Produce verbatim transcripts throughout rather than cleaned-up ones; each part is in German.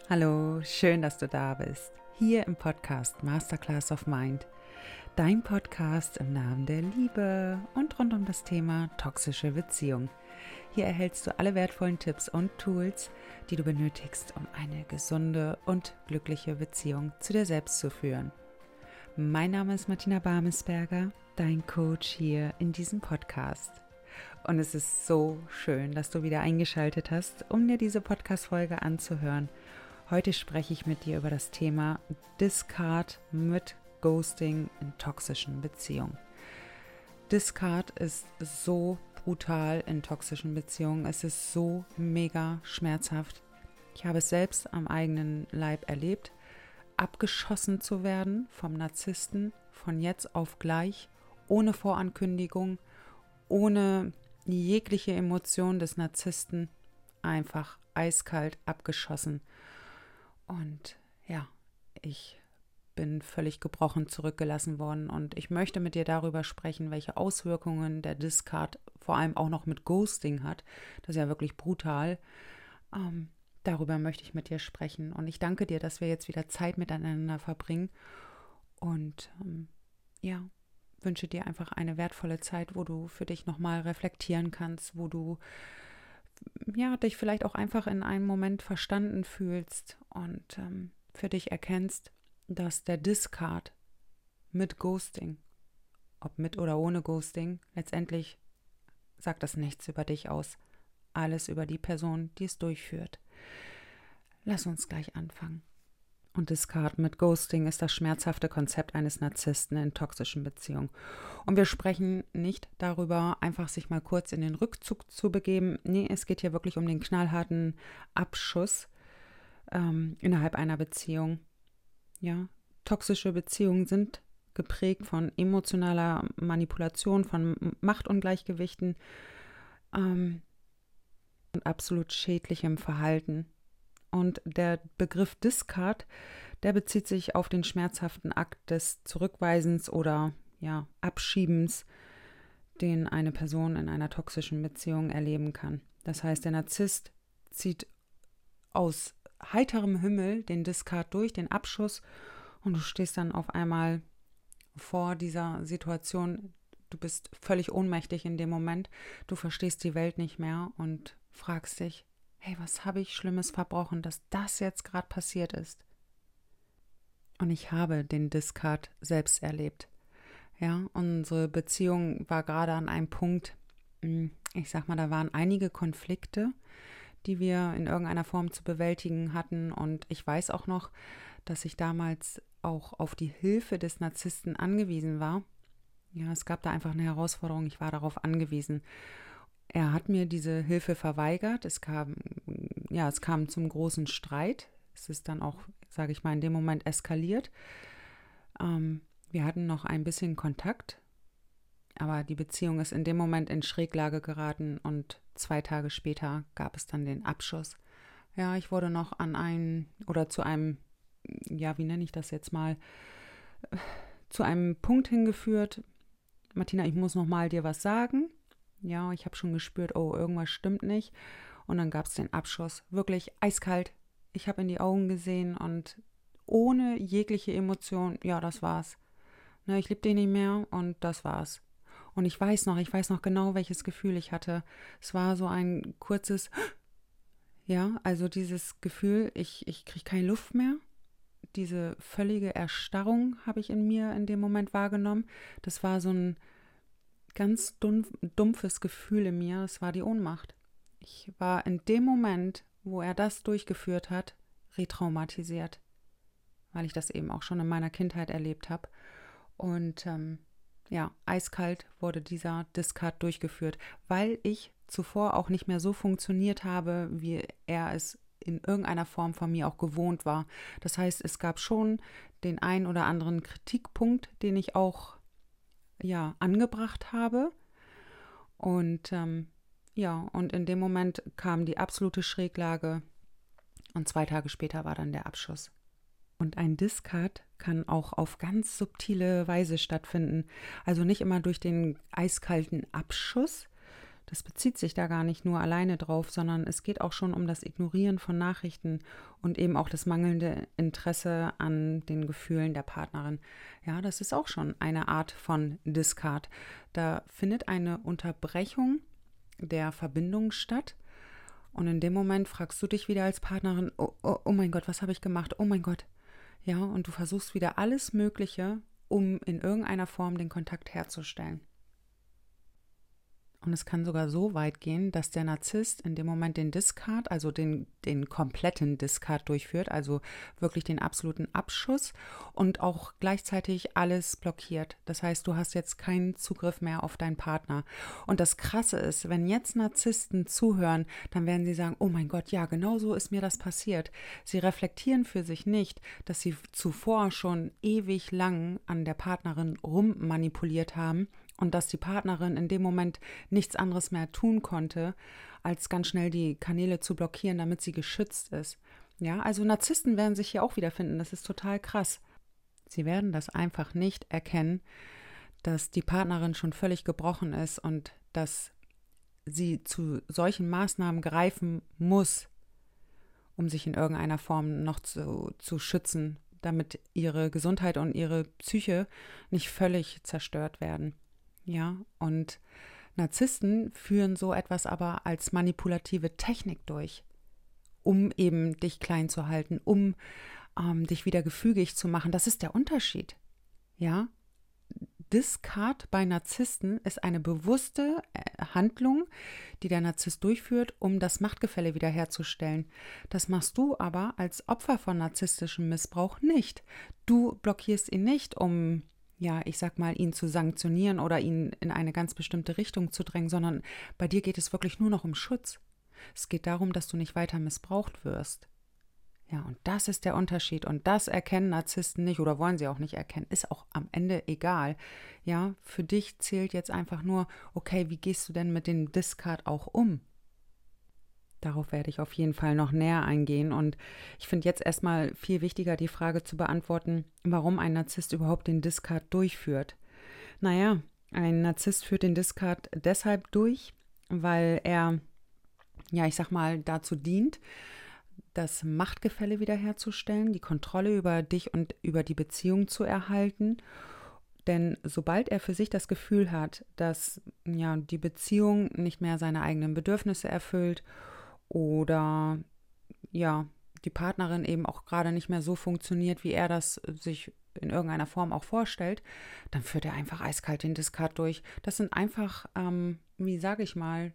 Hallo, schön, dass du da bist. Hier im Podcast Masterclass of Mind. Dein Podcast im Namen der Liebe und rund um das Thema toxische Beziehung. Hier erhältst du alle wertvollen Tipps und Tools, die du benötigst, um eine gesunde und glückliche Beziehung zu dir selbst zu führen. Mein Name ist Martina Barmesberger, dein Coach hier in diesem Podcast. Und es ist so schön, dass du wieder eingeschaltet hast, um dir diese Podcast-Folge anzuhören. Heute spreche ich mit dir über das Thema Discard mit Ghosting in toxischen Beziehungen. Discard ist so brutal in toxischen Beziehungen. Es ist so mega schmerzhaft. Ich habe es selbst am eigenen Leib erlebt, abgeschossen zu werden vom Narzissten von jetzt auf gleich, ohne Vorankündigung, ohne jegliche Emotion des Narzissten, einfach eiskalt abgeschossen. Und ja, ich bin völlig gebrochen zurückgelassen worden und ich möchte mit dir darüber sprechen, welche Auswirkungen der Discard vor allem auch noch mit Ghosting hat. Das ist ja wirklich brutal. Ähm, darüber möchte ich mit dir sprechen und ich danke dir, dass wir jetzt wieder Zeit miteinander verbringen und ähm, ja, wünsche dir einfach eine wertvolle Zeit, wo du für dich nochmal reflektieren kannst, wo du ja, dich vielleicht auch einfach in einem Moment verstanden fühlst und ähm, für dich erkennst, dass der Discard mit Ghosting, ob mit oder ohne Ghosting, letztendlich sagt das nichts über dich aus. Alles über die Person, die es durchführt. Lass uns gleich anfangen. Und Discard mit Ghosting ist das schmerzhafte Konzept eines Narzissten in toxischen Beziehungen. Und wir sprechen nicht darüber, einfach sich mal kurz in den Rückzug zu begeben. Nee, es geht hier wirklich um den knallharten Abschuss ähm, innerhalb einer Beziehung. Ja, toxische Beziehungen sind geprägt von emotionaler Manipulation, von Machtungleichgewichten ähm, und absolut schädlichem Verhalten. Und der Begriff Discard, der bezieht sich auf den schmerzhaften Akt des Zurückweisens oder ja, Abschiebens, den eine Person in einer toxischen Beziehung erleben kann. Das heißt, der Narzisst zieht aus heiterem Himmel den Discard durch, den Abschuss, und du stehst dann auf einmal vor dieser Situation. Du bist völlig ohnmächtig in dem Moment, du verstehst die Welt nicht mehr und fragst dich, hey, was habe ich Schlimmes verbrochen, dass das jetzt gerade passiert ist? Und ich habe den Discard selbst erlebt. Ja, unsere Beziehung war gerade an einem Punkt, ich sag mal, da waren einige Konflikte, die wir in irgendeiner Form zu bewältigen hatten. Und ich weiß auch noch, dass ich damals auch auf die Hilfe des Narzissten angewiesen war. Ja, es gab da einfach eine Herausforderung, ich war darauf angewiesen. Er hat mir diese Hilfe verweigert. Es kam, ja, es kam zum großen Streit. Es ist dann auch, sage ich mal, in dem Moment eskaliert. Ähm, wir hatten noch ein bisschen Kontakt, aber die Beziehung ist in dem Moment in Schräglage geraten und zwei Tage später gab es dann den Abschuss. Ja, ich wurde noch an einen oder zu einem, ja, wie nenne ich das jetzt mal, zu einem Punkt hingeführt. Martina, ich muss noch mal dir was sagen. Ja, ich habe schon gespürt, oh, irgendwas stimmt nicht. Und dann gab es den Abschuss. Wirklich eiskalt. Ich habe in die Augen gesehen und ohne jegliche Emotion, ja, das war's. Ne, ich liebe den nicht mehr und das war's. Und ich weiß noch, ich weiß noch genau, welches Gefühl ich hatte. Es war so ein kurzes, ja, also dieses Gefühl, ich, ich kriege keine Luft mehr. Diese völlige Erstarrung habe ich in mir in dem Moment wahrgenommen. Das war so ein ganz dumpf, dumpfes Gefühl in mir, es war die Ohnmacht. Ich war in dem Moment, wo er das durchgeführt hat, retraumatisiert, weil ich das eben auch schon in meiner Kindheit erlebt habe. Und ähm, ja, eiskalt wurde dieser Discard durchgeführt, weil ich zuvor auch nicht mehr so funktioniert habe, wie er es in irgendeiner Form von mir auch gewohnt war. Das heißt, es gab schon den ein oder anderen Kritikpunkt, den ich auch ja, angebracht habe. Und ähm, ja, und in dem Moment kam die absolute Schräglage und zwei Tage später war dann der Abschuss. Und ein Discard kann auch auf ganz subtile Weise stattfinden. Also nicht immer durch den eiskalten Abschuss, Das bezieht sich da gar nicht nur alleine drauf, sondern es geht auch schon um das Ignorieren von Nachrichten und eben auch das mangelnde Interesse an den Gefühlen der Partnerin. Ja, das ist auch schon eine Art von Discard. Da findet eine Unterbrechung der Verbindung statt. Und in dem Moment fragst du dich wieder als Partnerin, oh, oh, oh mein Gott, was habe ich gemacht? Oh mein Gott. Ja, und du versuchst wieder alles Mögliche, um in irgendeiner Form den Kontakt herzustellen. Und es kann sogar so weit gehen, dass der Narzisst in dem Moment den Discard, also den, den kompletten Discard durchführt, also wirklich den absoluten Abschuss und auch gleichzeitig alles blockiert. Das heißt, du hast jetzt keinen Zugriff mehr auf deinen Partner. Und das Krasse ist, wenn jetzt Narzissten zuhören, dann werden sie sagen, oh mein Gott, ja, genau so ist mir das passiert. Sie reflektieren für sich nicht, dass sie zuvor schon ewig lang an der Partnerin rummanipuliert haben, und dass die Partnerin in dem Moment nichts anderes mehr tun konnte, als ganz schnell die Kanäle zu blockieren, damit sie geschützt ist. Ja, also Narzissten werden sich hier auch wiederfinden. Das ist total krass. Sie werden das einfach nicht erkennen, dass die Partnerin schon völlig gebrochen ist und dass sie zu solchen Maßnahmen greifen muss, um sich in irgendeiner Form noch zu, zu schützen, damit ihre Gesundheit und ihre Psyche nicht völlig zerstört werden. Ja, und Narzissten führen so etwas aber als manipulative Technik durch, um eben dich klein zu halten, um ähm, dich wieder gefügig zu machen. Das ist der Unterschied. Ja, Discard bei Narzissten ist eine bewusste Handlung, die der Narzisst durchführt, um das Machtgefälle wiederherzustellen. Das machst du aber als Opfer von narzisstischem Missbrauch nicht. Du blockierst ihn nicht, um ja, ich sag mal, ihn zu sanktionieren oder ihn in eine ganz bestimmte Richtung zu drängen, sondern bei dir geht es wirklich nur noch um Schutz. Es geht darum, dass du nicht weiter missbraucht wirst. Ja, und das ist der Unterschied und das erkennen Narzissten nicht oder wollen sie auch nicht erkennen, ist auch am Ende egal. Ja, für dich zählt jetzt einfach nur, okay, wie gehst du denn mit dem Discard auch um? Darauf werde ich auf jeden Fall noch näher eingehen und ich finde jetzt erstmal viel wichtiger, die Frage zu beantworten, warum ein Narzisst überhaupt den Discard durchführt. Naja, ein Narzisst führt den Discard deshalb durch, weil er, ja, ich sag mal, dazu dient, das Machtgefälle wiederherzustellen, die Kontrolle über dich und über die Beziehung zu erhalten. Denn sobald er für sich das Gefühl hat, dass ja, die Beziehung nicht mehr seine eigenen Bedürfnisse erfüllt oder ja, die Partnerin eben auch gerade nicht mehr so funktioniert, wie er das sich in irgendeiner Form auch vorstellt, dann führt er einfach eiskalt den Discard durch. Das sind einfach, ähm, wie sage ich mal,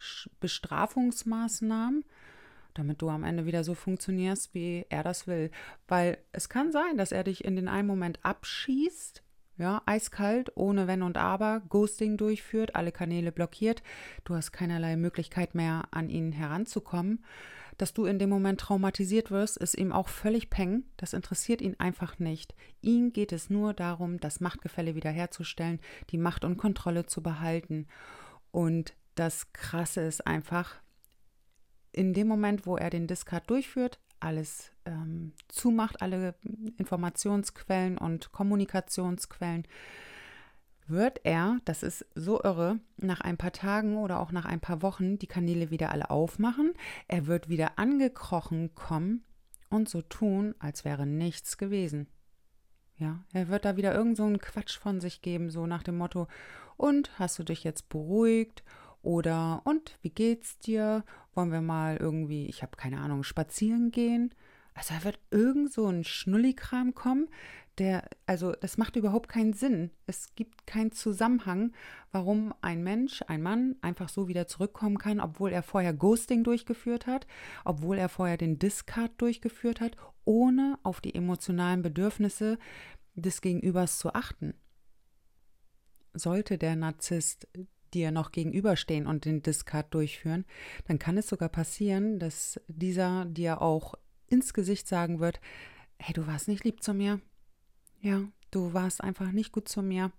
Bestrafungsmaßnahmen, damit du am Ende wieder so funktionierst, wie er das will. Weil es kann sein, dass er dich in den einen Moment abschießt, ja, eiskalt, ohne Wenn und Aber, Ghosting durchführt, alle Kanäle blockiert, du hast keinerlei Möglichkeit mehr, an ihn heranzukommen. Dass du in dem Moment traumatisiert wirst, ist ihm auch völlig peng, das interessiert ihn einfach nicht. Ihm geht es nur darum, das Machtgefälle wiederherzustellen, die Macht und Kontrolle zu behalten. Und das Krasse ist einfach, in dem Moment, wo er den Discard durchführt, alles ähm, zumacht, alle Informationsquellen und Kommunikationsquellen, wird er, das ist so irre, nach ein paar Tagen oder auch nach ein paar Wochen die Kanäle wieder alle aufmachen. Er wird wieder angekrochen kommen und so tun, als wäre nichts gewesen. Ja, er wird da wieder irgend so einen Quatsch von sich geben, so nach dem Motto, und hast du dich jetzt beruhigt? Oder, und, wie geht's dir? Wollen wir mal irgendwie, ich habe keine Ahnung, spazieren gehen? Also da wird irgend so ein Schnullikram kommen, der, also das macht überhaupt keinen Sinn. Es gibt keinen Zusammenhang, warum ein Mensch, ein Mann einfach so wieder zurückkommen kann, obwohl er vorher Ghosting durchgeführt hat, obwohl er vorher den Discard durchgeführt hat, ohne auf die emotionalen Bedürfnisse des Gegenübers zu achten. Sollte der Narzisst dir noch gegenüberstehen und den Discard durchführen, dann kann es sogar passieren, dass dieser dir auch ins Gesicht sagen wird, hey, du warst nicht lieb zu mir. Ja, du warst einfach nicht gut zu mir.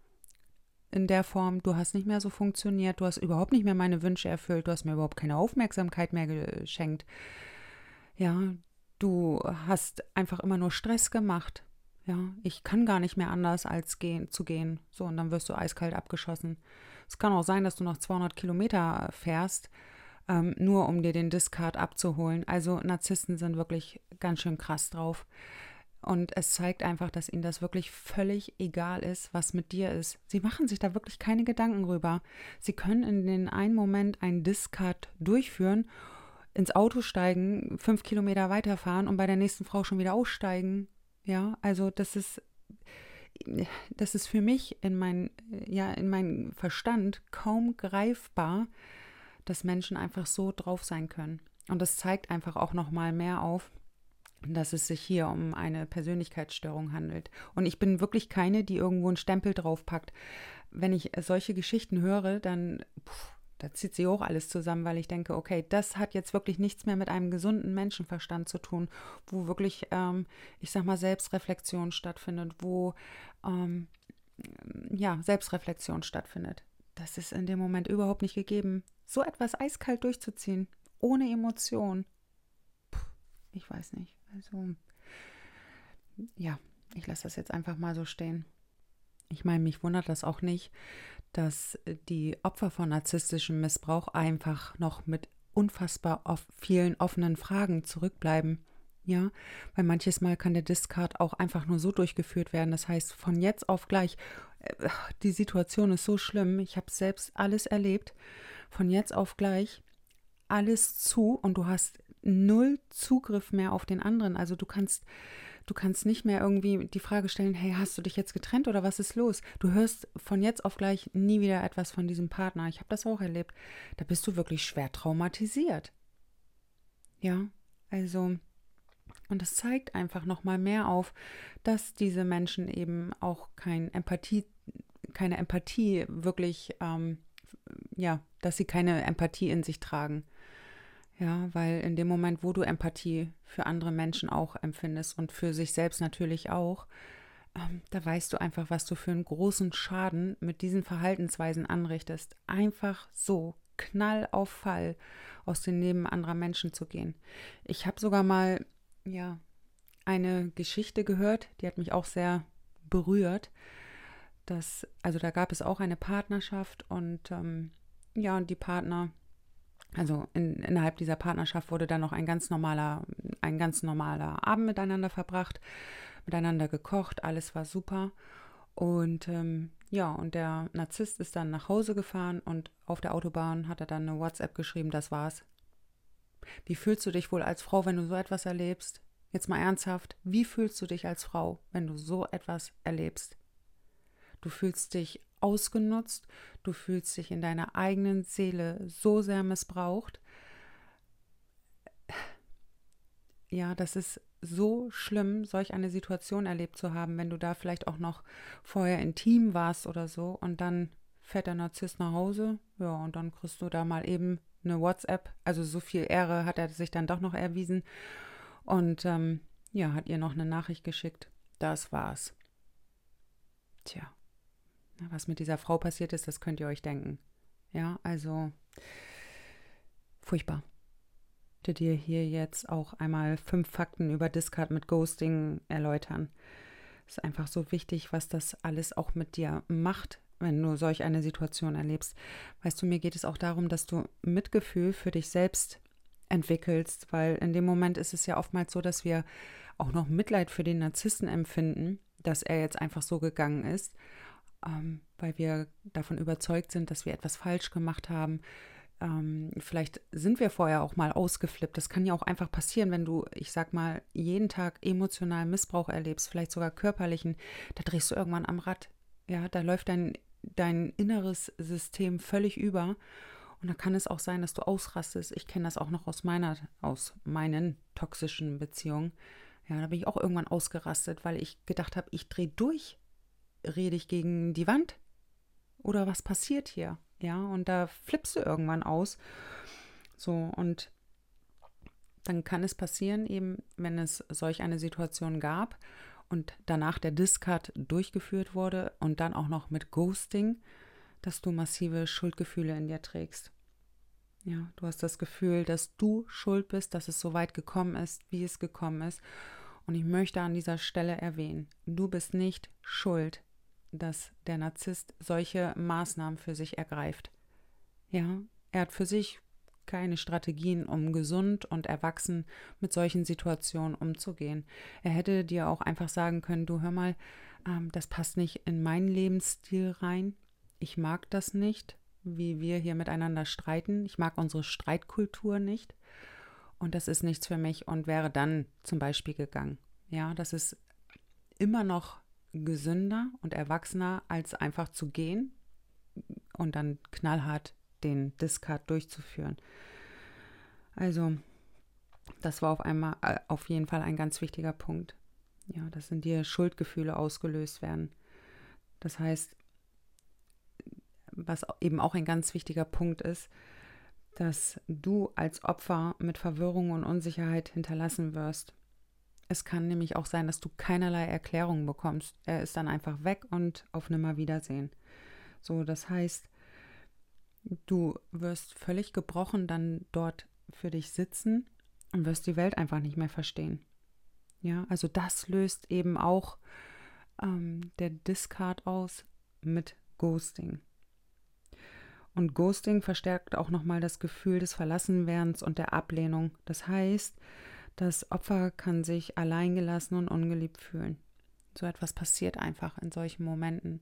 In der Form, du hast nicht mehr so funktioniert, du hast überhaupt nicht mehr meine Wünsche erfüllt, du hast mir überhaupt keine Aufmerksamkeit mehr geschenkt. Ja, du hast einfach immer nur Stress gemacht. Ja, ich kann gar nicht mehr anders, als gehen, zu gehen. So, und dann wirst du eiskalt abgeschossen. Es kann auch sein, dass du noch zweihundert Kilometer fährst, ähm, nur um dir den Discard abzuholen. Also Narzissten sind wirklich ganz schön krass drauf. Und es zeigt einfach, dass ihnen das wirklich völlig egal ist, was mit dir ist. Sie machen sich da wirklich keine Gedanken drüber. Sie können in den einen Moment einen Discard durchführen, ins Auto steigen, fünf Kilometer weiterfahren und bei der nächsten Frau schon wieder aussteigen. Ja, also das ist, das ist für mich in mein, ja, in meinen Verstand kaum greifbar, dass Menschen einfach so drauf sein können. Und das zeigt einfach auch nochmal mehr auf, dass es sich hier um eine Persönlichkeitsstörung handelt. Und ich bin wirklich keine, die irgendwo einen Stempel draufpackt. Wenn ich solche Geschichten höre, dann pff, da zieht sie auch alles zusammen, weil ich denke, okay, das hat jetzt wirklich nichts mehr mit einem gesunden Menschenverstand zu tun, wo wirklich, ähm, ich sag mal, Selbstreflexion stattfindet, wo ähm, ja, Selbstreflexion stattfindet. Das ist in dem Moment überhaupt nicht gegeben. So etwas eiskalt durchzuziehen, ohne Emotion. Puh, ich weiß nicht. Also, ja, ich lasse das jetzt einfach mal so stehen. Ich meine, mich wundert das auch nicht, dass die Opfer von narzisstischem Missbrauch einfach noch mit unfassbar off- vielen offenen Fragen zurückbleiben. Ja, weil manches Mal kann der Discard auch einfach nur so durchgeführt werden. Das heißt, von jetzt auf gleich, äh, die Situation ist so schlimm, ich habe selbst alles erlebt, von jetzt auf gleich alles zu und du hast null Zugriff mehr auf den anderen. Also du kannst, du kannst nicht mehr irgendwie die Frage stellen, hey, hast du dich jetzt getrennt oder was ist los? Du hörst von jetzt auf gleich nie wieder etwas von diesem Partner. Ich habe das auch erlebt. Da bist du wirklich schwer traumatisiert. Ja, also, und das zeigt einfach nochmal mehr auf, dass diese Menschen eben auch kein Empathie, keine Empathie wirklich, ähm, ja, dass sie keine Empathie in sich tragen. Ja, weil in dem Moment, wo du Empathie für andere Menschen auch empfindest und für sich selbst natürlich auch, ähm, da weißt du einfach, was du für einen großen Schaden mit diesen Verhaltensweisen anrichtest. Einfach so, Knall auf Fall, aus dem Leben anderer Menschen zu gehen. Ich habe sogar mal, ja, eine Geschichte gehört, die hat mich auch sehr berührt. Dass, also da gab es auch eine Partnerschaft und ähm, ja, und die Partner, also in, innerhalb dieser Partnerschaft wurde dann noch ein ganz normaler, ein ganz normaler Abend miteinander verbracht, miteinander gekocht, alles war super. Und ähm, ja, und der Narzisst ist dann nach Hause gefahren und auf der Autobahn hat er dann eine WhatsApp geschrieben, das war's. Wie fühlst du dich wohl als Frau, wenn du so etwas erlebst? Jetzt mal ernsthaft, wie fühlst du dich als Frau, wenn du so etwas erlebst? Du fühlst dich ausgenutzt, du fühlst dich in deiner eigenen Seele so sehr missbraucht. Ja, das ist so schlimm, solch eine Situation erlebt zu haben, wenn du da vielleicht auch noch vorher intim warst oder so und dann fährt der Narzisst nach Hause, ja, und dann kriegst du da mal eben eine WhatsApp, also so viel Ehre hat er sich dann doch noch erwiesen und ähm, ja, hat ihr noch eine Nachricht geschickt. Das war's. Tja. Was mit dieser Frau passiert ist, das könnt ihr euch denken. Ja, also furchtbar. Ich möchte dir hier jetzt auch einmal fünf Fakten über Discard mit Ghosting erläutern. Es ist einfach so wichtig, was das alles auch mit dir macht, wenn du solch eine Situation erlebst. Weißt du, mir geht es auch darum, dass du Mitgefühl für dich selbst entwickelst, weil in dem Moment ist es ja oftmals so, dass wir auch noch Mitleid für den Narzissten empfinden, dass er jetzt einfach so gegangen ist. Ähm, weil wir davon überzeugt sind, dass wir etwas falsch gemacht haben. Ähm, vielleicht sind wir vorher auch mal ausgeflippt. Das kann ja auch einfach passieren, wenn du, ich sag mal, jeden Tag emotionalen Missbrauch erlebst, vielleicht sogar körperlichen, da drehst du irgendwann am Rad. Ja, da läuft dein, dein inneres System völlig über. Und da kann es auch sein, dass du ausrastest. Ich kenne das auch noch aus meiner, aus meinen toxischen Beziehungen. Ja, da bin ich auch irgendwann ausgerastet, weil ich gedacht habe, ich drehe durch. Rede ich gegen die Wand? Oder was passiert hier? Ja, und da flippst du irgendwann aus. So, und dann kann es passieren, eben, wenn es solch eine Situation gab und danach der Discard durchgeführt wurde und dann auch noch mit Ghosting, dass du massive Schuldgefühle in dir trägst. Ja, du hast das Gefühl, dass du schuld bist, dass es so weit gekommen ist, wie es gekommen ist. Und ich möchte an dieser Stelle erwähnen, du bist nicht schuld. dass der Narzisst solche Maßnahmen für sich ergreift. Ja, er hat für sich keine Strategien, um gesund und erwachsen mit solchen Situationen umzugehen. Er hätte dir auch einfach sagen können, du hör mal, ähm, das passt nicht in meinen Lebensstil rein. Ich mag das nicht, wie wir hier miteinander streiten. Ich mag unsere Streitkultur nicht. Und das ist nichts für mich und wäre dann zum Beispiel gegangen. Ja, das ist immer noch gesünder und erwachsener, als einfach zu gehen und dann knallhart den Discard durchzuführen. Also, das war auf einmal äh, auf jeden Fall ein ganz wichtiger Punkt. Ja, dass in dir Schuldgefühle ausgelöst werden. Das heißt, was eben auch ein ganz wichtiger Punkt ist, dass du als Opfer mit Verwirrung und Unsicherheit hinterlassen wirst. Es kann nämlich auch sein, dass du keinerlei Erklärung bekommst. Er ist dann einfach weg und auf Nimmerwiedersehen. So, das heißt, du wirst völlig gebrochen dann dort für dich sitzen und wirst die Welt einfach nicht mehr verstehen. Ja, also das löst eben auch ähm, der Discard aus mit Ghosting. Und Ghosting verstärkt auch nochmal das Gefühl des Verlassenwerdens und der Ablehnung. Das heißt, das Opfer kann sich alleingelassen und ungeliebt fühlen. So etwas passiert einfach in solchen Momenten.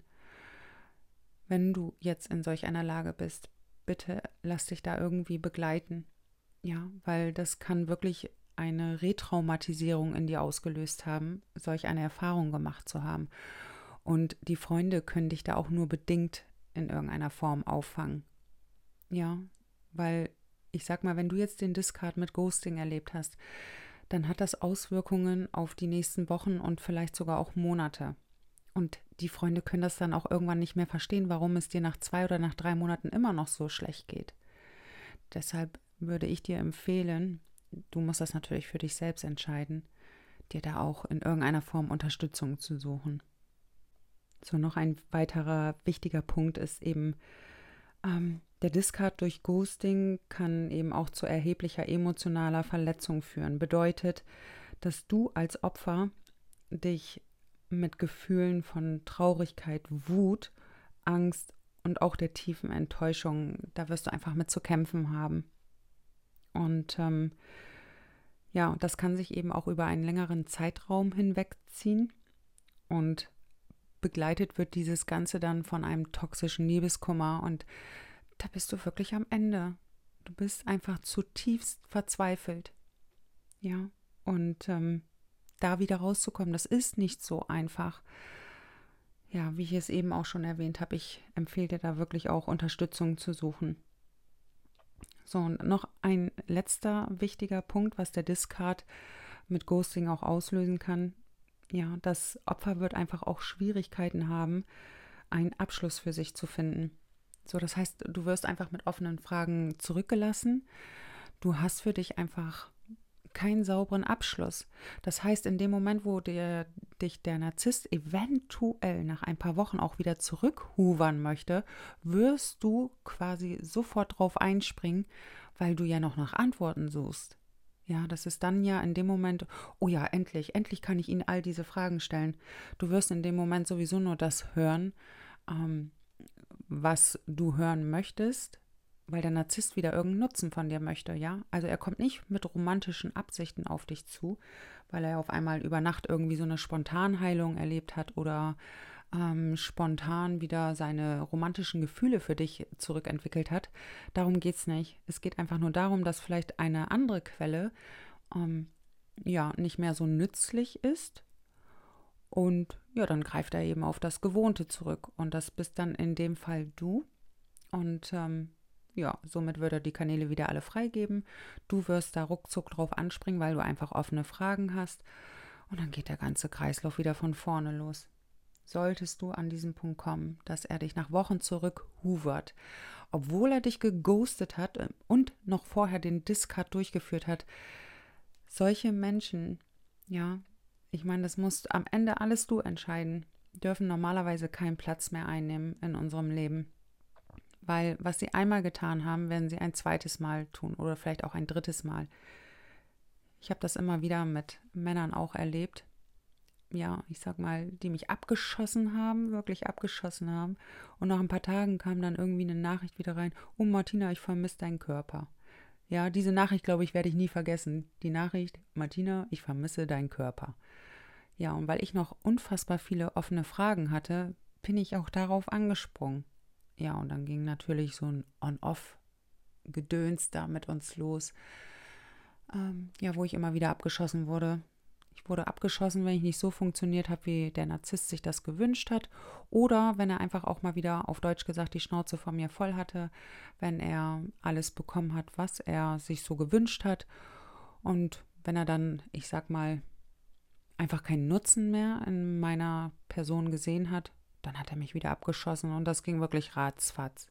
Wenn du jetzt in solch einer Lage bist, bitte lass dich da irgendwie begleiten. Ja, weil das kann wirklich eine Retraumatisierung in dir ausgelöst haben, solch eine Erfahrung gemacht zu haben. Und die Freunde können dich da auch nur bedingt in irgendeiner Form auffangen. Ja, weil ich sag mal, wenn du jetzt den Discard mit Ghosting erlebt hast, dann hat das Auswirkungen auf die nächsten Wochen und vielleicht sogar auch Monate. Und die Freunde können das dann auch irgendwann nicht mehr verstehen, warum es dir nach zwei oder nach drei Monaten immer noch so schlecht geht. Deshalb würde ich dir empfehlen, du musst das natürlich für dich selbst entscheiden, dir da auch in irgendeiner Form Unterstützung zu suchen. So, noch ein weiterer wichtiger Punkt ist eben, ähm, der Discard durch Ghosting kann eben auch zu erheblicher emotionaler Verletzung führen. Bedeutet, dass du als Opfer dich mit Gefühlen von Traurigkeit, Wut, Angst und auch der tiefen Enttäuschung, da wirst du einfach mit zu kämpfen haben. Und ähm, ja, das kann sich eben auch über einen längeren Zeitraum hinwegziehen und begleitet wird dieses Ganze dann von einem toxischen Liebeskummer und da bist du wirklich am Ende. Du bist einfach zutiefst verzweifelt. Ja, und ähm, da wieder rauszukommen, das ist nicht so einfach. Ja, wie ich es eben auch schon erwähnt habe, ich empfehle dir da wirklich auch Unterstützung zu suchen. So, und noch ein letzter wichtiger Punkt, was der Discard mit Ghosting auch auslösen kann. Ja, das Opfer wird einfach auch Schwierigkeiten haben, einen Abschluss für sich zu finden. So, das heißt, du wirst einfach mit offenen Fragen zurückgelassen. Du hast für dich einfach keinen sauberen Abschluss. Das heißt, in dem Moment, wo der, dich der Narzisst eventuell nach ein paar Wochen auch wieder zurückhuvern möchte, wirst du quasi sofort drauf einspringen, weil du ja noch nach Antworten suchst. Ja, das ist dann ja in dem Moment, oh ja, endlich, endlich kann ich Ihnen all diese Fragen stellen. Du wirst in dem Moment sowieso nur das hören, ähm, was du hören möchtest, weil der Narzisst wieder irgendeinen Nutzen von dir möchte, ja. Also er kommt nicht mit romantischen Absichten auf dich zu, weil er auf einmal über Nacht irgendwie so eine Spontanheilung erlebt hat oder ähm, spontan wieder seine romantischen Gefühle für dich zurückentwickelt hat. Darum geht es nicht. Es geht einfach nur darum, dass vielleicht eine andere Quelle ähm, ja nicht mehr so nützlich ist. Und ja, dann greift er eben auf das Gewohnte zurück. Und das bist dann in dem Fall du. Und ähm, ja, somit würde er die Kanäle wieder alle freigeben. Du wirst da ruckzuck drauf anspringen, weil du einfach offene Fragen hast. Und dann geht der ganze Kreislauf wieder von vorne los. Solltest du an diesen Punkt kommen, dass er dich nach Wochen zurück huvert, obwohl er dich geghostet hat und noch vorher den Discard durchgeführt hat, solche Menschen, ja, ich meine, das musst am Ende alles du entscheiden, dürfen normalerweise keinen Platz mehr einnehmen in unserem Leben. Weil was sie einmal getan haben, werden sie ein zweites Mal tun oder vielleicht auch ein drittes Mal. Ich habe das immer wieder mit Männern auch erlebt. ja, ich sag mal, die mich abgeschossen haben, wirklich abgeschossen haben. Und nach ein paar Tagen kam dann irgendwie eine Nachricht wieder rein: Oh Martina, ich vermisse deinen Körper. Ja, diese Nachricht, glaube ich, werde ich nie vergessen. Die Nachricht: Martina, ich vermisse deinen Körper. Ja, und weil ich noch unfassbar viele offene Fragen hatte, bin ich auch darauf angesprungen. Ja, und dann ging natürlich so ein On-Off-Gedöns da mit uns los. Ähm, ja, wo ich immer wieder abgeschossen wurde. Ich wurde abgeschossen, wenn ich nicht so funktioniert habe, wie der Narzisst sich das gewünscht hat. Oder wenn er einfach auch mal wieder, auf Deutsch gesagt, die Schnauze von mir voll hatte, wenn er alles bekommen hat, was er sich so gewünscht hat. Und wenn er dann, ich sag mal, einfach keinen Nutzen mehr in meiner Person gesehen hat, dann hat er mich wieder abgeschossen und das ging wirklich ratzfatz.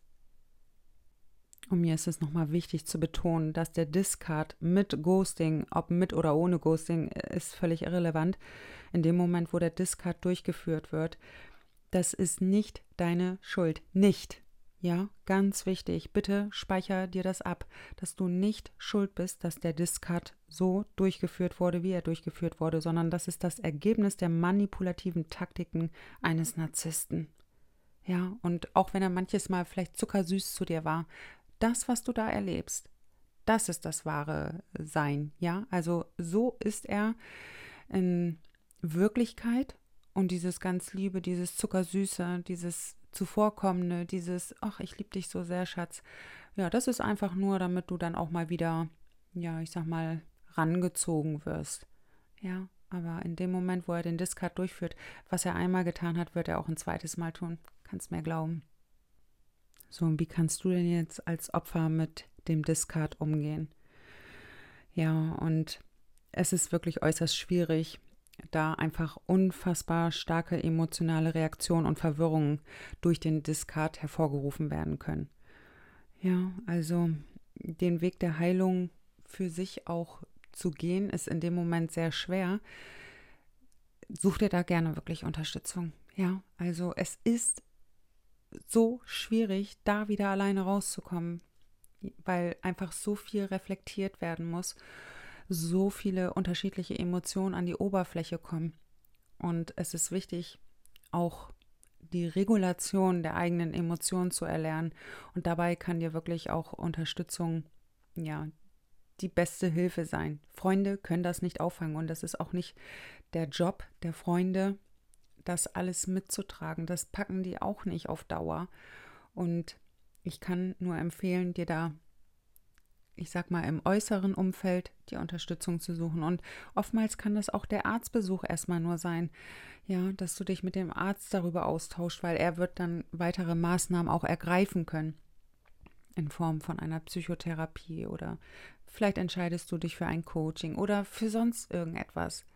Und mir ist es nochmal wichtig zu betonen, dass der Discard mit Ghosting, ob mit oder ohne Ghosting, ist völlig irrelevant. In dem Moment, wo der Discard durchgeführt wird, das ist nicht deine Schuld. Nicht. Ja, ganz wichtig. Bitte speicher dir das ab, dass du nicht schuld bist, dass der Discard so durchgeführt wurde, wie er durchgeführt wurde, sondern das ist das Ergebnis der manipulativen Taktiken eines Narzissten. Ja, und auch wenn er manches Mal vielleicht zuckersüß zu dir war, das, was du da erlebst, das ist das wahre Sein, ja? Also so ist er in Wirklichkeit und dieses ganz Liebe, dieses Zuckersüße, dieses Zuvorkommende, dieses, ach, ich liebe dich so sehr, Schatz. Ja, das ist einfach nur, damit du dann auch mal wieder, ja, ich sag mal, rangezogen wirst. Ja, aber in dem Moment, wo er den Discard durchführt, was er einmal getan hat, wird er auch ein zweites Mal tun. Kannst mir glauben. So, und wie kannst du denn jetzt als Opfer mit dem Discard umgehen? Ja, und es ist wirklich äußerst schwierig, da einfach unfassbar starke emotionale Reaktionen und Verwirrungen durch den Discard hervorgerufen werden können. Ja, also den Weg der Heilung für sich auch zu gehen, ist in dem Moment sehr schwer. Such dir da gerne wirklich Unterstützung. Ja, also es ist so schwierig, da wieder alleine rauszukommen, weil einfach so viel reflektiert werden muss, so viele unterschiedliche Emotionen an die Oberfläche kommen. Und es ist wichtig, auch die Regulation der eigenen Emotionen zu erlernen. Und dabei kann dir wirklich auch Unterstützung, ja, die beste Hilfe sein. Freunde können das nicht auffangen und das ist auch nicht der Job der Freunde, das alles mitzutragen. Das packen die auch nicht auf Dauer. Und ich kann nur empfehlen, dir da, ich sag mal, im äußeren Umfeld die Unterstützung zu suchen. Und oftmals kann das auch der Arztbesuch erstmal nur sein, ja, dass du dich mit dem Arzt darüber austauscht, weil er wird dann weitere Maßnahmen auch ergreifen können in Form von einer Psychotherapie oder vielleicht entscheidest du dich für ein Coaching oder für sonst irgendetwas.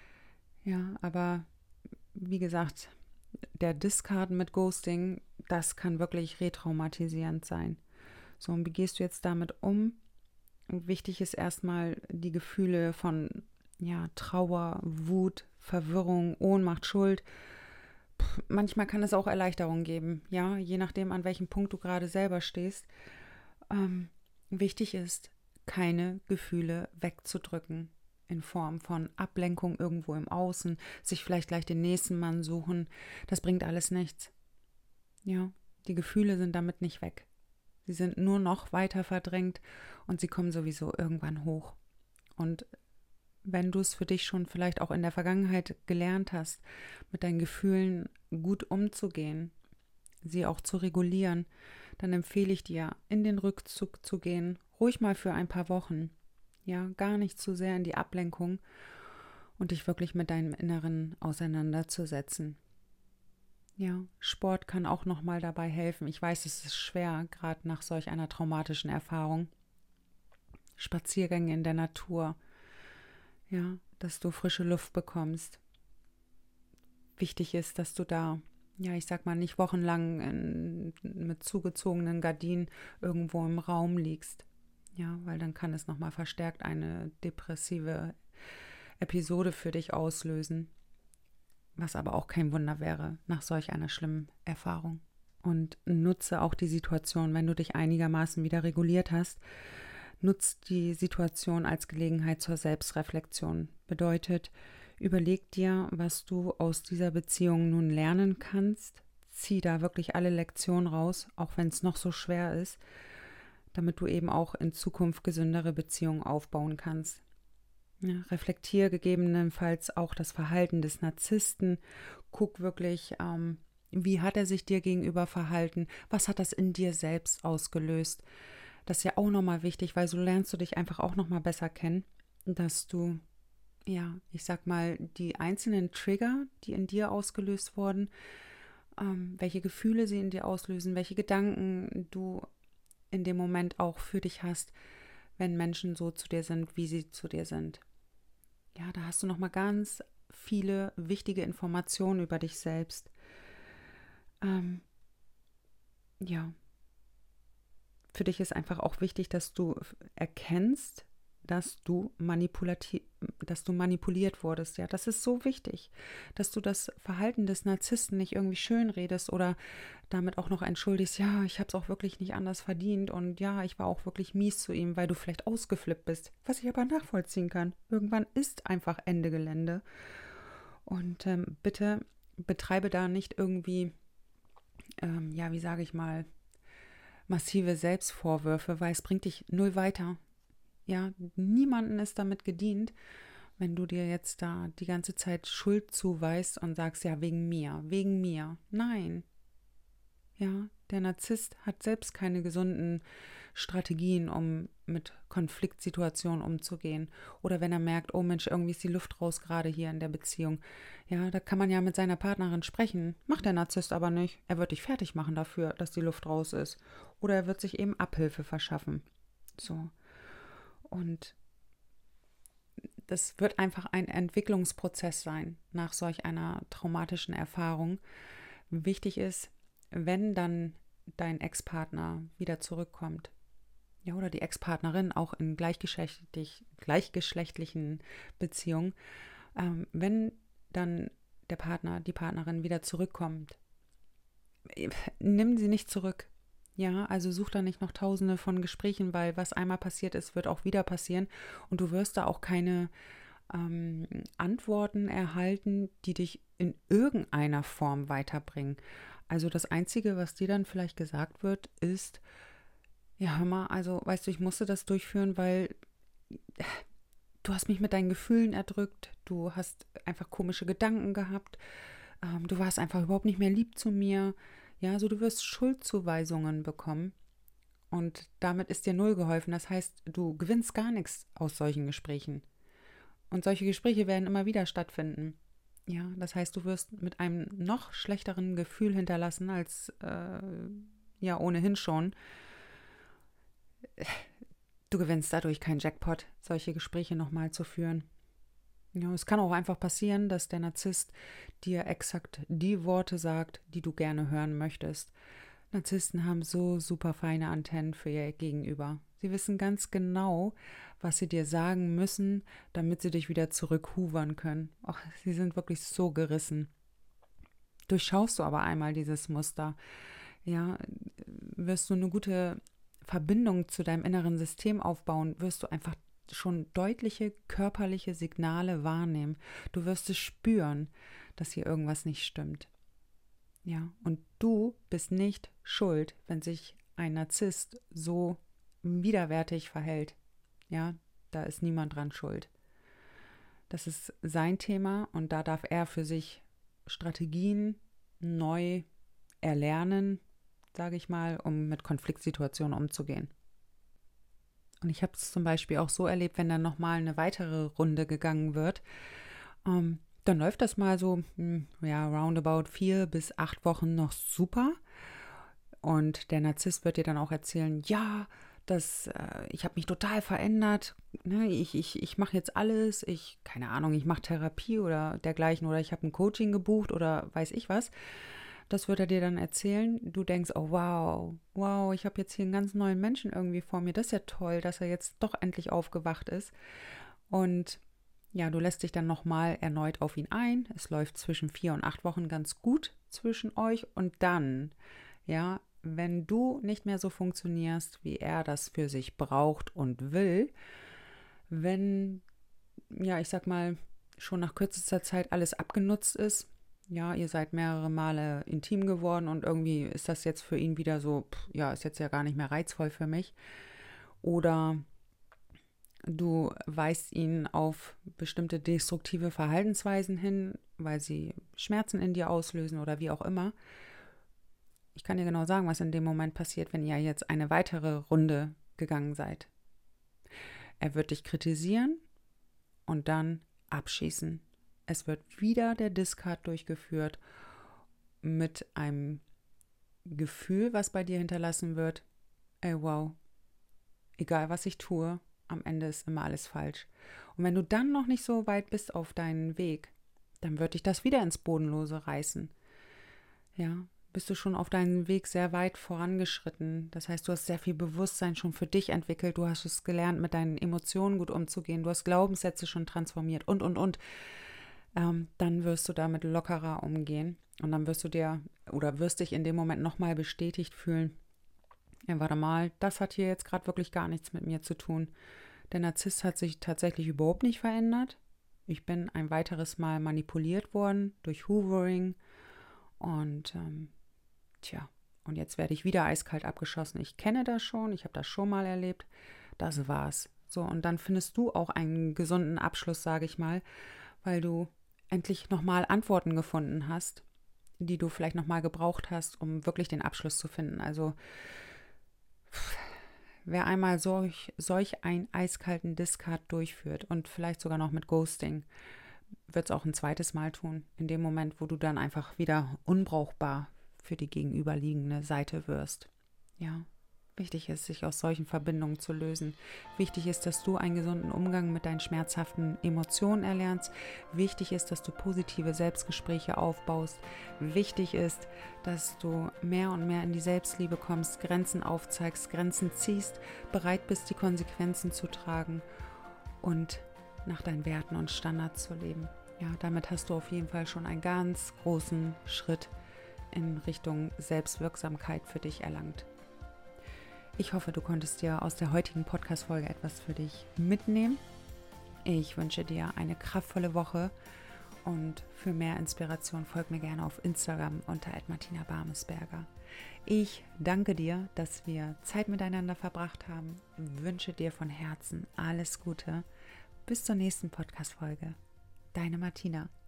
Ja, aber wie gesagt, der Discard mit Ghosting, das kann wirklich retraumatisierend sein. So, und wie gehst du jetzt damit um? Wichtig ist erstmal die Gefühle von ja, Trauer, Wut, Verwirrung, Ohnmacht, Schuld. Puh, manchmal kann es auch Erleichterung geben, ja, je nachdem, an welchem Punkt du gerade selber stehst. Ähm, wichtig ist, keine Gefühle wegzudrücken in Form von Ablenkung irgendwo im Außen, sich vielleicht gleich den nächsten Mann suchen. Das bringt alles nichts. Ja, die Gefühle sind damit nicht weg. Sie sind nur noch weiter verdrängt und sie kommen sowieso irgendwann hoch. Und wenn du es für dich schon vielleicht auch in der Vergangenheit gelernt hast, mit deinen Gefühlen gut umzugehen, sie auch zu regulieren, dann empfehle ich dir, in den Rückzug zu gehen, ruhig mal für ein paar Wochen, ja, gar nicht zu sehr in die Ablenkung und dich wirklich mit deinem Inneren auseinanderzusetzen. Ja, Sport kann auch nochmal dabei helfen. Ich weiß, es ist schwer, gerade nach solch einer traumatischen Erfahrung. Spaziergänge in der Natur, ja, dass du frische Luft bekommst. Wichtig ist, dass du da, ja, ich sag mal, nicht wochenlang in, mit zugezogenen Gardinen irgendwo im Raum liegst. Ja, weil dann kann es nochmal verstärkt eine depressive Episode für dich auslösen. Was aber auch kein Wunder wäre nach solch einer schlimmen Erfahrung. Und nutze auch die Situation, wenn du dich einigermaßen wieder reguliert hast, nutze die Situation als Gelegenheit zur Selbstreflexion. Bedeutet, Überleg dir, was du aus dieser Beziehung nun lernen kannst. Zieh da wirklich alle Lektionen raus, auch wenn es noch so schwer ist, damit du eben auch in Zukunft gesündere Beziehungen aufbauen kannst. Ja, reflektier gegebenenfalls auch das Verhalten des Narzissten. Guck wirklich, ähm, wie hat er sich dir gegenüber verhalten? Was hat das in dir selbst ausgelöst? Das ist ja auch nochmal wichtig, weil so lernst du dich einfach auch nochmal besser kennen, dass du, ja, ich sag mal, die einzelnen Trigger, die in dir ausgelöst wurden, ähm, welche Gefühle sie in dir auslösen, welche Gedanken du in dem Moment auch für dich hast, wenn Menschen so zu dir sind, wie sie zu dir sind. Ja, da hast du nochmal ganz viele wichtige Informationen über dich selbst. Ähm, ja, für dich ist einfach auch wichtig, dass du erkennst, dass du manipulati- dass du manipuliert wurdest. Ja, das ist so wichtig, dass du das Verhalten des Narzissten nicht irgendwie schönredest oder damit auch noch entschuldigst, ja, ich habe es auch wirklich nicht anders verdient und ja, ich war auch wirklich mies zu ihm, weil du vielleicht ausgeflippt bist, was ich aber nachvollziehen kann. Irgendwann ist einfach Ende Gelände. Und ähm, bitte betreibe da nicht irgendwie, ähm, ja, wie sage ich mal, massive Selbstvorwürfe, weil es bringt dich null weiter. Ja, niemanden ist damit gedient, wenn du dir jetzt da die ganze Zeit Schuld zuweist und sagst, ja, wegen mir, wegen mir. Nein. Ja, der Narzisst hat selbst keine gesunden Strategien, um mit Konfliktsituationen umzugehen. Oder wenn er merkt, oh Mensch, irgendwie ist die Luft raus gerade hier in der Beziehung. Ja, da kann man ja mit seiner Partnerin sprechen. Macht der Narzisst aber nicht. Er wird dich fertig machen dafür, dass die Luft raus ist. Oder er wird sich eben Abhilfe verschaffen. So. Und das wird einfach ein Entwicklungsprozess sein nach solch einer traumatischen Erfahrung. Wichtig ist, wenn dann dein Ex-Partner wieder zurückkommt, ja, oder die Ex-Partnerin auch in gleichgeschlechtlich, gleichgeschlechtlichen Beziehungen, ähm, wenn dann der Partner, die Partnerin wieder zurückkommt, nimm sie nicht zurück. Ja, also such da nicht noch tausende von Gesprächen, weil was einmal passiert ist, wird auch wieder passieren und du wirst da auch keine ähm, Antworten erhalten, die dich in irgendeiner Form weiterbringen. Also das Einzige, was dir dann vielleicht gesagt wird, ist, ja, hör mal, also weißt du, ich musste das durchführen, weil du hast mich mit deinen Gefühlen erdrückt, du hast einfach komische Gedanken gehabt, ähm, du warst einfach überhaupt nicht mehr lieb zu mir. Ja, also du wirst Schuldzuweisungen bekommen und damit ist dir null geholfen. Das heißt, du gewinnst gar nichts aus solchen Gesprächen. Und solche Gespräche werden immer wieder stattfinden. Ja, das heißt, du wirst mit einem noch schlechteren Gefühl hinterlassen als äh, ja ohnehin schon. Du gewinnst dadurch keinen Jackpot, solche Gespräche nochmal zu führen. Ja, es kann auch einfach passieren, dass der Narzisst dir exakt die Worte sagt, die du gerne hören möchtest. Narzissten haben so super feine Antennen für ihr Gegenüber. Sie wissen ganz genau, was sie dir sagen müssen, damit sie dich wieder zurückhuvern können. Och, sie sind wirklich so gerissen. Durchschaust du aber einmal dieses Muster, ja, wirst du eine gute Verbindung zu deinem inneren System aufbauen, wirst du einfach schon deutliche körperliche Signale wahrnehmen. Du wirst es spüren, dass hier irgendwas nicht stimmt. Ja, und du bist nicht schuld, wenn sich ein Narzisst so widerwärtig verhält. Ja, da ist niemand dran schuld. Das ist sein Thema und da darf er für sich Strategien neu erlernen, sage ich mal, um mit Konfliktsituationen umzugehen. Und ich habe es zum Beispiel auch so erlebt, wenn dann nochmal eine weitere Runde gegangen wird, ähm, dann läuft das mal so, ja, roundabout vier bis acht Wochen noch super. Und der Narzisst wird dir dann auch erzählen, ja, das, äh, ich habe mich total verändert, ne, ich, ich, ich mache jetzt alles, ich, keine Ahnung, ich mache Therapie oder dergleichen oder ich habe ein Coaching gebucht oder weiß ich was. Das wird er dir dann erzählen. Du denkst, oh wow, wow, ich habe jetzt hier einen ganz neuen Menschen irgendwie vor mir. Das ist ja toll, dass er jetzt doch endlich aufgewacht ist. Und ja, du lässt dich dann nochmal erneut auf ihn ein. Es läuft zwischen vier und acht Wochen ganz gut zwischen euch. Und dann, ja, wenn du nicht mehr so funktionierst, wie er das für sich braucht und will, wenn, ja, ich sag mal, schon nach kürzester Zeit alles abgenutzt ist. Ja, ihr seid mehrere Male intim geworden und irgendwie ist das jetzt für ihn wieder so, pff, ja, ist jetzt ja gar nicht mehr reizvoll für mich. Oder du weist ihn auf bestimmte destruktive Verhaltensweisen hin, weil sie Schmerzen in dir auslösen oder wie auch immer. Ich kann dir genau sagen, was in dem Moment passiert, wenn ihr jetzt eine weitere Runde gegangen seid. Er wird dich kritisieren und dann abschießen. Es wird wieder der Discard durchgeführt mit einem Gefühl, was bei dir hinterlassen wird. Ey, wow, egal was ich tue, am Ende ist immer alles falsch. Und wenn du dann noch nicht so weit bist auf deinen Weg, dann wird dich das wieder ins Bodenlose reißen. Ja, bist du schon auf deinem Weg sehr weit vorangeschritten. Das heißt, du hast sehr viel Bewusstsein schon für dich entwickelt. Du hast es gelernt, mit deinen Emotionen gut umzugehen. Du hast Glaubenssätze schon transformiert und, und, und. Ähm, dann wirst du damit lockerer umgehen. Und dann wirst du dir oder wirst dich in dem Moment nochmal bestätigt fühlen. Ja, warte mal, das hat hier jetzt gerade wirklich gar nichts mit mir zu tun. Der Narzisst hat sich tatsächlich überhaupt nicht verändert. Ich bin ein weiteres Mal manipuliert worden durch Hoovering. Und ähm, tja, und jetzt werde ich wieder eiskalt abgeschossen. Ich kenne das schon, ich habe das schon mal erlebt. Das war's. So, und dann findest du auch einen gesunden Abschluss, sage ich mal, weil du endlich nochmal Antworten gefunden hast, die du vielleicht nochmal gebraucht hast, um wirklich den Abschluss zu finden. Also wer einmal solch, solch einen eiskalten Discard durchführt und vielleicht sogar noch mit Ghosting, wird es auch ein zweites Mal tun, in dem Moment, wo du dann einfach wieder unbrauchbar für die gegenüberliegende Seite wirst. Ja, wichtig ist, sich aus solchen Verbindungen zu lösen. Wichtig ist, dass du einen gesunden Umgang mit deinen schmerzhaften Emotionen erlernst. Wichtig ist, dass du positive Selbstgespräche aufbaust. Wichtig ist, dass du mehr und mehr in die Selbstliebe kommst, Grenzen aufzeigst, Grenzen ziehst, bereit bist, die Konsequenzen zu tragen und nach deinen Werten und Standards zu leben. Ja, damit hast du auf jeden Fall schon einen ganz großen Schritt in Richtung Selbstwirksamkeit für dich erlangt. Ich hoffe, du konntest dir aus der heutigen Podcast-Folge etwas für dich mitnehmen. Ich wünsche dir eine kraftvolle Woche und für mehr Inspiration folg mir gerne auf Instagram unter at martina barmesberger. Ich danke dir, dass wir Zeit miteinander verbracht haben. Wünsche dir von Herzen alles Gute. Bis zur nächsten Podcast-Folge. Deine Martina.